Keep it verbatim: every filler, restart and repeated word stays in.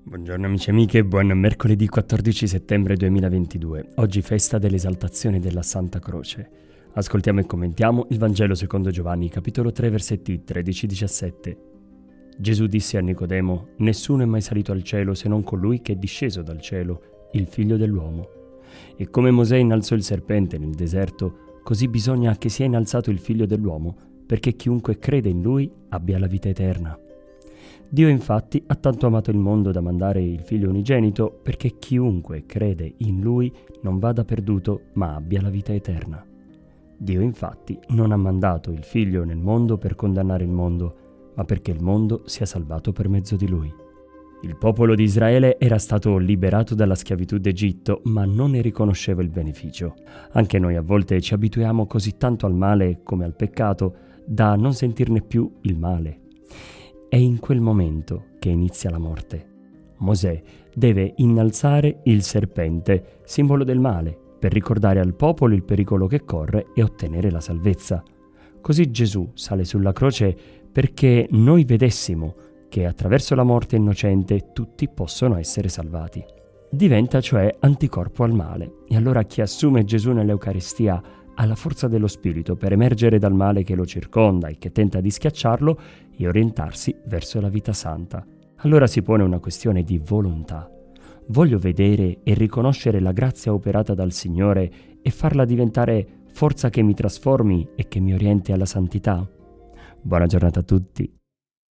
Buongiorno amici e amiche, buon mercoledì quattordici settembre duemilaventidue, oggi festa dell'esaltazione della Santa Croce. Ascoltiamo e commentiamo il Vangelo secondo Giovanni, capitolo tre, versetti tredici diciassette. Gesù disse a Nicodemo: «Nessuno è mai salito al cielo se non colui che è disceso dal cielo, il Figlio dell'uomo. E come Mosè innalzò il serpente nel deserto, così bisogna che sia innalzato il Figlio dell'uomo, perché chiunque crede in lui abbia la vita eterna». Dio infatti ha tanto amato il mondo da mandare il Figlio unigenito perché chiunque crede in Lui non vada perduto ma abbia la vita eterna. Dio infatti non ha mandato il Figlio nel mondo per condannare il mondo, ma perché il mondo sia salvato per mezzo di Lui. Il popolo di Israele era stato liberato dalla schiavitù d'Egitto, ma non ne riconosceva il beneficio. Anche noi a volte ci abituiamo così tanto al male come al peccato da non sentirne più il male. È in quel momento che inizia la morte. Mosè deve innalzare il serpente, simbolo del male, per ricordare al popolo il pericolo che corre e ottenere la salvezza. Così Gesù sale sulla croce perché noi vedessimo che attraverso la morte innocente tutti possono essere salvati. Diventa cioè anticorpo al male, e allora chi assume Gesù nell'Eucaristia ha la forza dello Spirito per emergere dal male che lo circonda e che tenta di schiacciarlo e orientarsi verso la vita santa. Allora si pone una questione di volontà. Voglio vedere e riconoscere la grazia operata dal Signore e farla diventare forza che mi trasformi e che mi orienti alla santità? Buona giornata a tutti.